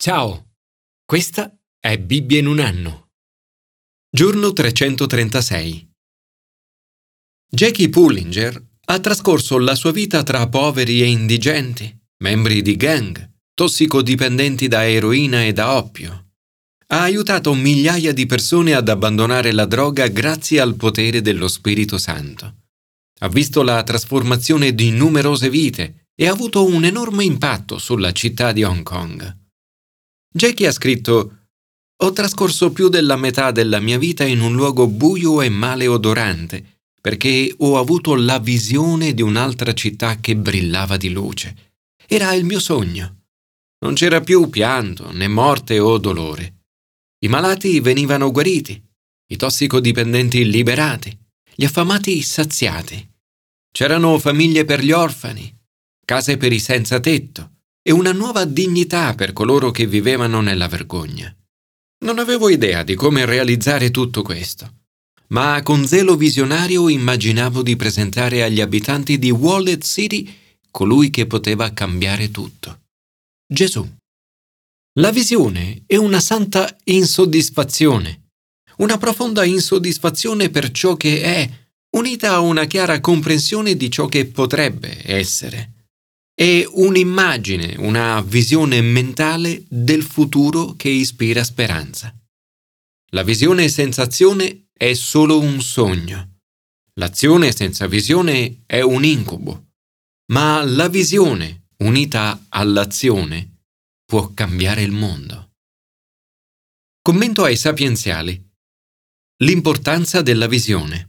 Ciao, questa è Bibbia in un anno. Giorno 336. Jackie Pullinger ha trascorso la sua vita tra poveri e indigenti, membri di gang, tossicodipendenti da eroina e da oppio. Ha aiutato migliaia di persone ad abbandonare la droga grazie al potere dello Spirito Santo. Ha visto la trasformazione di numerose vite e ha avuto un enorme impatto sulla città di Hong Kong. Jackie ha scritto: «Ho trascorso più della metà della mia vita in un luogo buio e maleodorante perché ho avuto la visione di un'altra città che brillava di luce. Era il mio sogno. Non c'era più pianto, né morte o dolore. I malati venivano guariti, i tossicodipendenti liberati, gli affamati saziati. C'erano famiglie per gli orfani, case per i senza tetto e una nuova dignità per coloro che vivevano nella vergogna. Non avevo idea di come realizzare tutto questo, ma con zelo visionario immaginavo di presentare agli abitanti di Walled City colui che poteva cambiare tutto: Gesù. La visione è una santa insoddisfazione, una profonda insoddisfazione per ciò che è, unita a una chiara comprensione di ciò che potrebbe essere. È un'immagine, una visione mentale del futuro che ispira speranza. La visione senza azione è solo un sogno. L'azione senza visione è un incubo. Ma la visione, unita all'azione, può cambiare il mondo. Commento ai sapienziali. L'importanza della visione.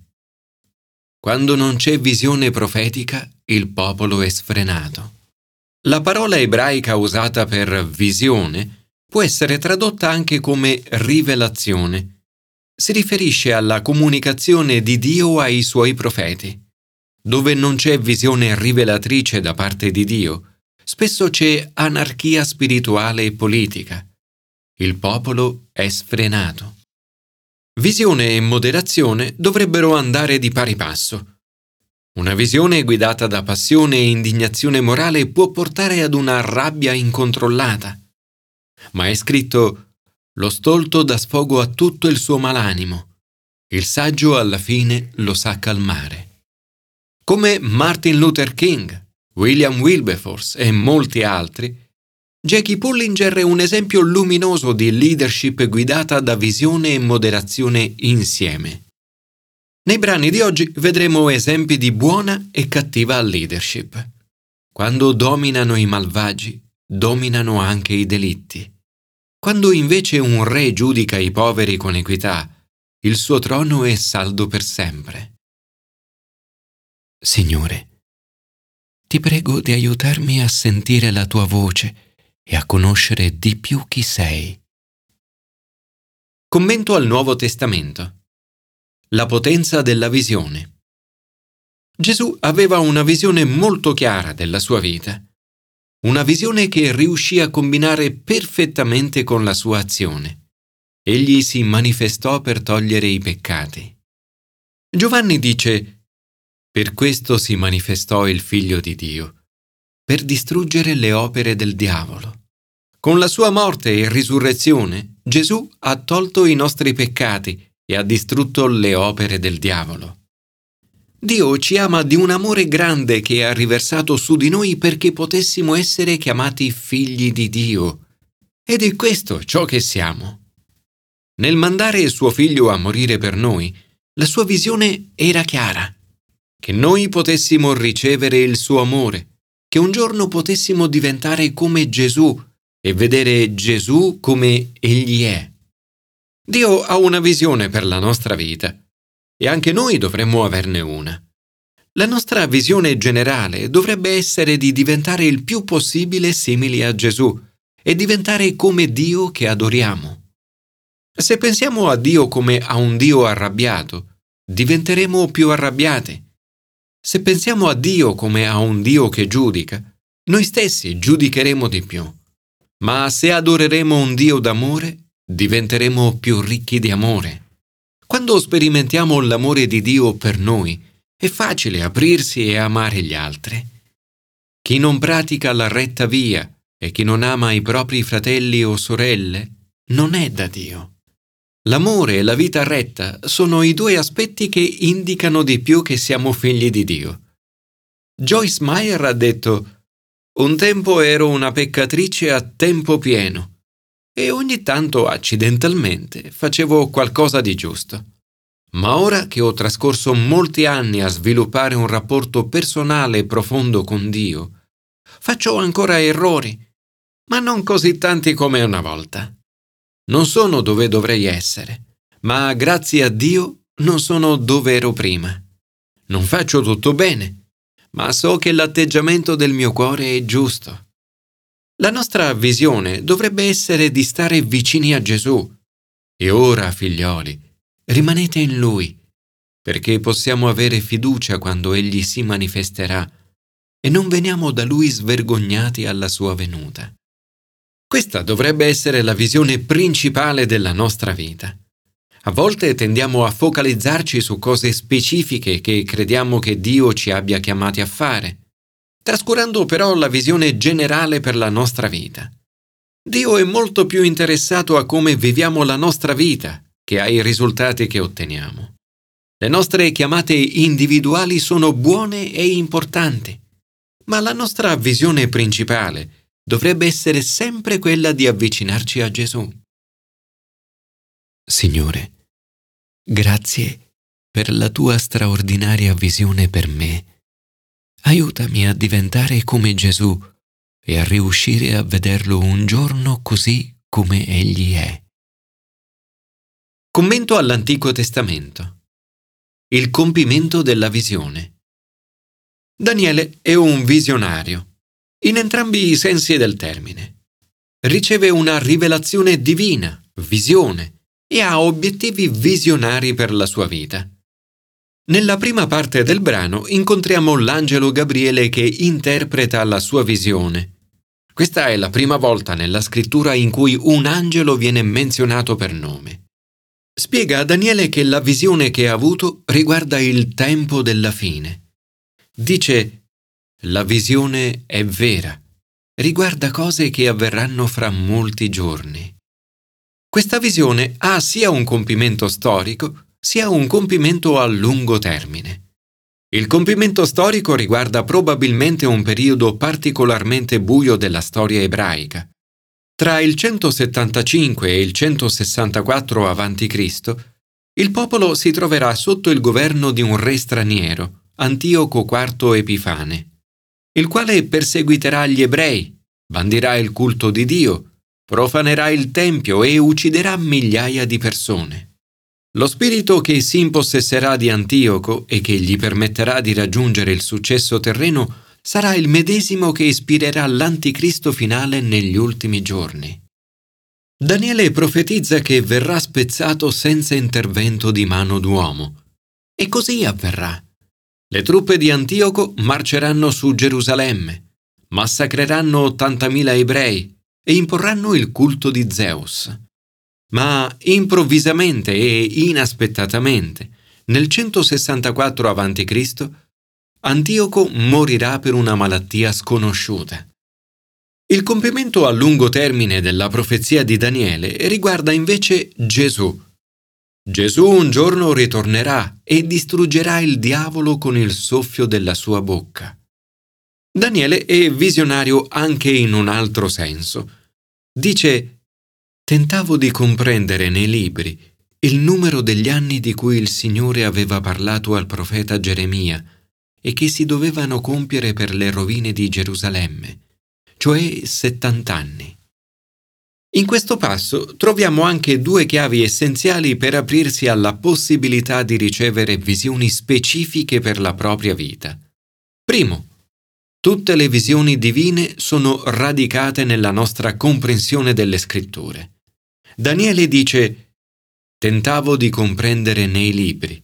Quando non c'è visione profetica, il popolo è sfrenato. La parola ebraica usata per visione può essere tradotta anche come rivelazione. Si riferisce alla comunicazione di Dio ai suoi profeti. Dove non c'è visione rivelatrice da parte di Dio, spesso c'è anarchia spirituale e politica. Il popolo è sfrenato. Visione e moderazione dovrebbero andare di pari passo. Una visione guidata da passione e indignazione morale può portare ad una rabbia incontrollata. Ma è scritto: «Lo stolto dà sfogo a tutto il suo malanimo. Il saggio alla fine lo sa calmare». Come Martin Luther King, William Wilberforce e molti altri, Jackie Pullinger è un esempio luminoso di leadership guidata da visione e moderazione insieme. Nei brani di oggi vedremo esempi di buona e cattiva leadership. Quando dominano i malvagi, dominano anche i delitti. Quando invece un re giudica i poveri con equità, il suo trono è saldo per sempre. Signore, ti prego di aiutarmi a sentire la tua voce e a conoscere di più chi sei. Commento al Nuovo Testamento. La potenza della visione. Gesù aveva una visione molto chiara della sua vita. Una visione che riuscì a combinare perfettamente con la sua azione. Egli si manifestò per togliere i peccati. Giovanni dice: «Per questo si manifestò il Figlio di Dio, per distruggere le opere del diavolo». Con la sua morte e risurrezione, Gesù ha tolto i nostri peccati e ha distrutto le opere del diavolo. Dio ci ama di un amore grande che ha riversato su di noi perché potessimo essere chiamati figli di Dio. Ed è questo ciò che siamo. Nel mandare il suo figlio a morire per noi, la sua visione era chiara: che noi potessimo ricevere il suo amore, che un giorno potessimo diventare come Gesù e vedere Gesù come Egli è. Dio ha una visione per la nostra vita e anche noi dovremmo averne una. La nostra visione generale dovrebbe essere di diventare il più possibile simili a Gesù e diventare come Dio che adoriamo. Se pensiamo a Dio come a un Dio arrabbiato, diventeremo più arrabbiati. Se pensiamo a Dio come a un Dio che giudica, noi stessi giudicheremo di più. Ma se adoreremo un Dio d'amore, diventeremo più ricchi di amore. Quando sperimentiamo l'amore di Dio per noi, è facile aprirsi e amare gli altri. Chi non pratica la retta via e chi non ama i propri fratelli o sorelle non è da Dio. L'amore e la vita retta sono i due aspetti che indicano di più che siamo figli di Dio. Joyce Meyer ha detto: «Un tempo ero una peccatrice a tempo pieno e ogni tanto accidentalmente facevo qualcosa di giusto. Ma ora che ho trascorso molti anni a sviluppare un rapporto personale e profondo con Dio, faccio ancora errori, ma non così tanti come una volta. Non sono dove dovrei essere, ma grazie a Dio non sono dove ero prima. Non faccio tutto bene, ma so che l'atteggiamento del mio cuore è giusto». La nostra visione dovrebbe essere di stare vicini a Gesù. E ora, figlioli, rimanete in Lui, perché possiamo avere fiducia quando Egli si manifesterà e non veniamo da Lui svergognati alla sua venuta. Questa dovrebbe essere la visione principale della nostra vita. A volte tendiamo a focalizzarci su cose specifiche che crediamo che Dio ci abbia chiamati a fare, trascurando però la visione generale per la nostra vita. Dio è molto più interessato a come viviamo la nostra vita che ai risultati che otteniamo. Le nostre chiamate individuali sono buone e importanti, ma la nostra visione principale dovrebbe essere sempre quella di avvicinarci a Gesù. Signore, grazie per la tua straordinaria visione per me. Aiutami a diventare come Gesù e a riuscire a vederlo un giorno così come Egli è. Commento all'Antico Testamento. Il compimento della visione. Daniele è un visionario, in entrambi i sensi del termine. Riceve una rivelazione divina, visione, e ha obiettivi visionari per la sua vita. Nella prima parte del brano incontriamo l'angelo Gabriele che interpreta la sua visione. Questa è la prima volta nella scrittura in cui un angelo viene menzionato per nome. Spiega a Daniele che la visione che ha avuto riguarda il tempo della fine. Dice: «La visione è vera, riguarda cose che avverranno fra molti giorni». Questa visione ha sia un compimento storico, sia un compimento a lungo termine. Il compimento storico riguarda probabilmente un periodo particolarmente buio della storia ebraica. Tra il 175 e il 164 a.C., il popolo si troverà sotto il governo di un re straniero, Antioco IV Epifane, il quale perseguiterà gli ebrei, bandirà il culto di Dio, profanerà il tempio e ucciderà migliaia di persone. Lo spirito che si impossesserà di Antioco e che gli permetterà di raggiungere il successo terreno sarà il medesimo che ispirerà l'anticristo finale negli ultimi giorni. Daniele profetizza che verrà spezzato senza intervento di mano d'uomo. E così avverrà. Le truppe di Antioco marceranno su Gerusalemme, massacreranno 80.000 ebrei e imporranno il culto di Zeus. Ma improvvisamente e inaspettatamente, nel 164 a.C., Antioco morirà per una malattia sconosciuta. Il compimento a lungo termine della profezia di Daniele riguarda invece Gesù. Gesù un giorno ritornerà e distruggerà il diavolo con il soffio della sua bocca. Daniele è visionario anche in un altro senso. Dice: «Tentavo di comprendere nei libri il numero degli anni di cui il Signore aveva parlato al profeta Geremia e che si dovevano compiere per le rovine di Gerusalemme, cioè 70 anni. In questo passo troviamo anche due chiavi essenziali per aprirsi alla possibilità di ricevere visioni specifiche per la propria vita. Primo, tutte le visioni divine sono radicate nella nostra comprensione delle Scritture. Daniele dice: «Tentavo di comprendere nei libri».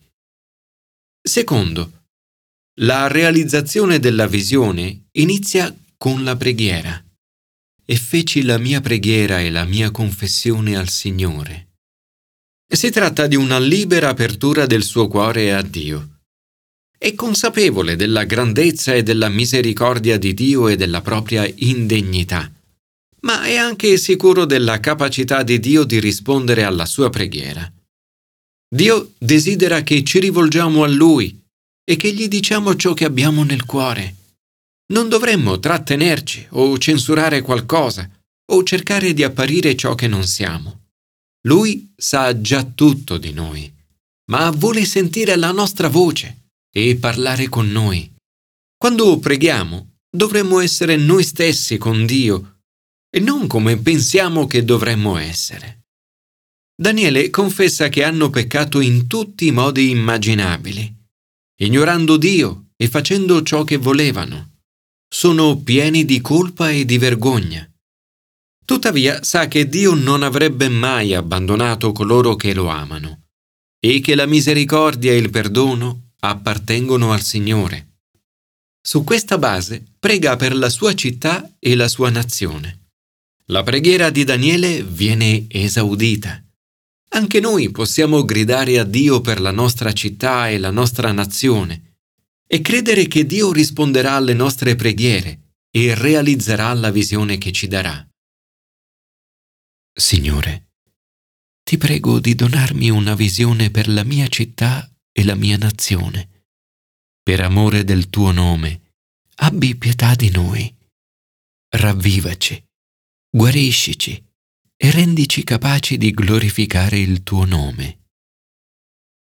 Secondo, la realizzazione della visione inizia con la preghiera. «E feci la mia preghiera e la mia confessione al Signore». Si tratta di una libera apertura del suo cuore a Dio. È consapevole della grandezza e della misericordia di Dio e della propria indegnità. ma è anche sicuro della capacità di Dio di rispondere alla sua preghiera. Dio desidera che ci rivolgiamo a Lui e che gli diciamo ciò che abbiamo nel cuore. Non dovremmo trattenerci o censurare qualcosa o cercare di apparire ciò che non siamo. Lui sa già tutto di noi, ma vuole sentire la nostra voce e parlare con noi. Quando preghiamo, dovremmo essere noi stessi con Dio e non come pensiamo che dovremmo essere. Daniele confessa che hanno peccato in tutti i modi immaginabili, ignorando Dio e facendo ciò che volevano. Sono pieni di colpa e di vergogna. Tuttavia sa che Dio non avrebbe mai abbandonato coloro che lo amano e che la misericordia e il perdono appartengono al Signore. Su questa base prega per la sua città e la sua nazione. La preghiera di Daniele viene esaudita. Anche noi possiamo gridare a Dio per la nostra città e la nostra nazione e credere che Dio risponderà alle nostre preghiere e realizzerà la visione che ci darà. Signore, ti prego di donarmi una visione per la mia città e la mia nazione. Per amore del tuo nome, abbi pietà di noi. Ravvivaci, guariscici e rendici capaci di glorificare il tuo nome.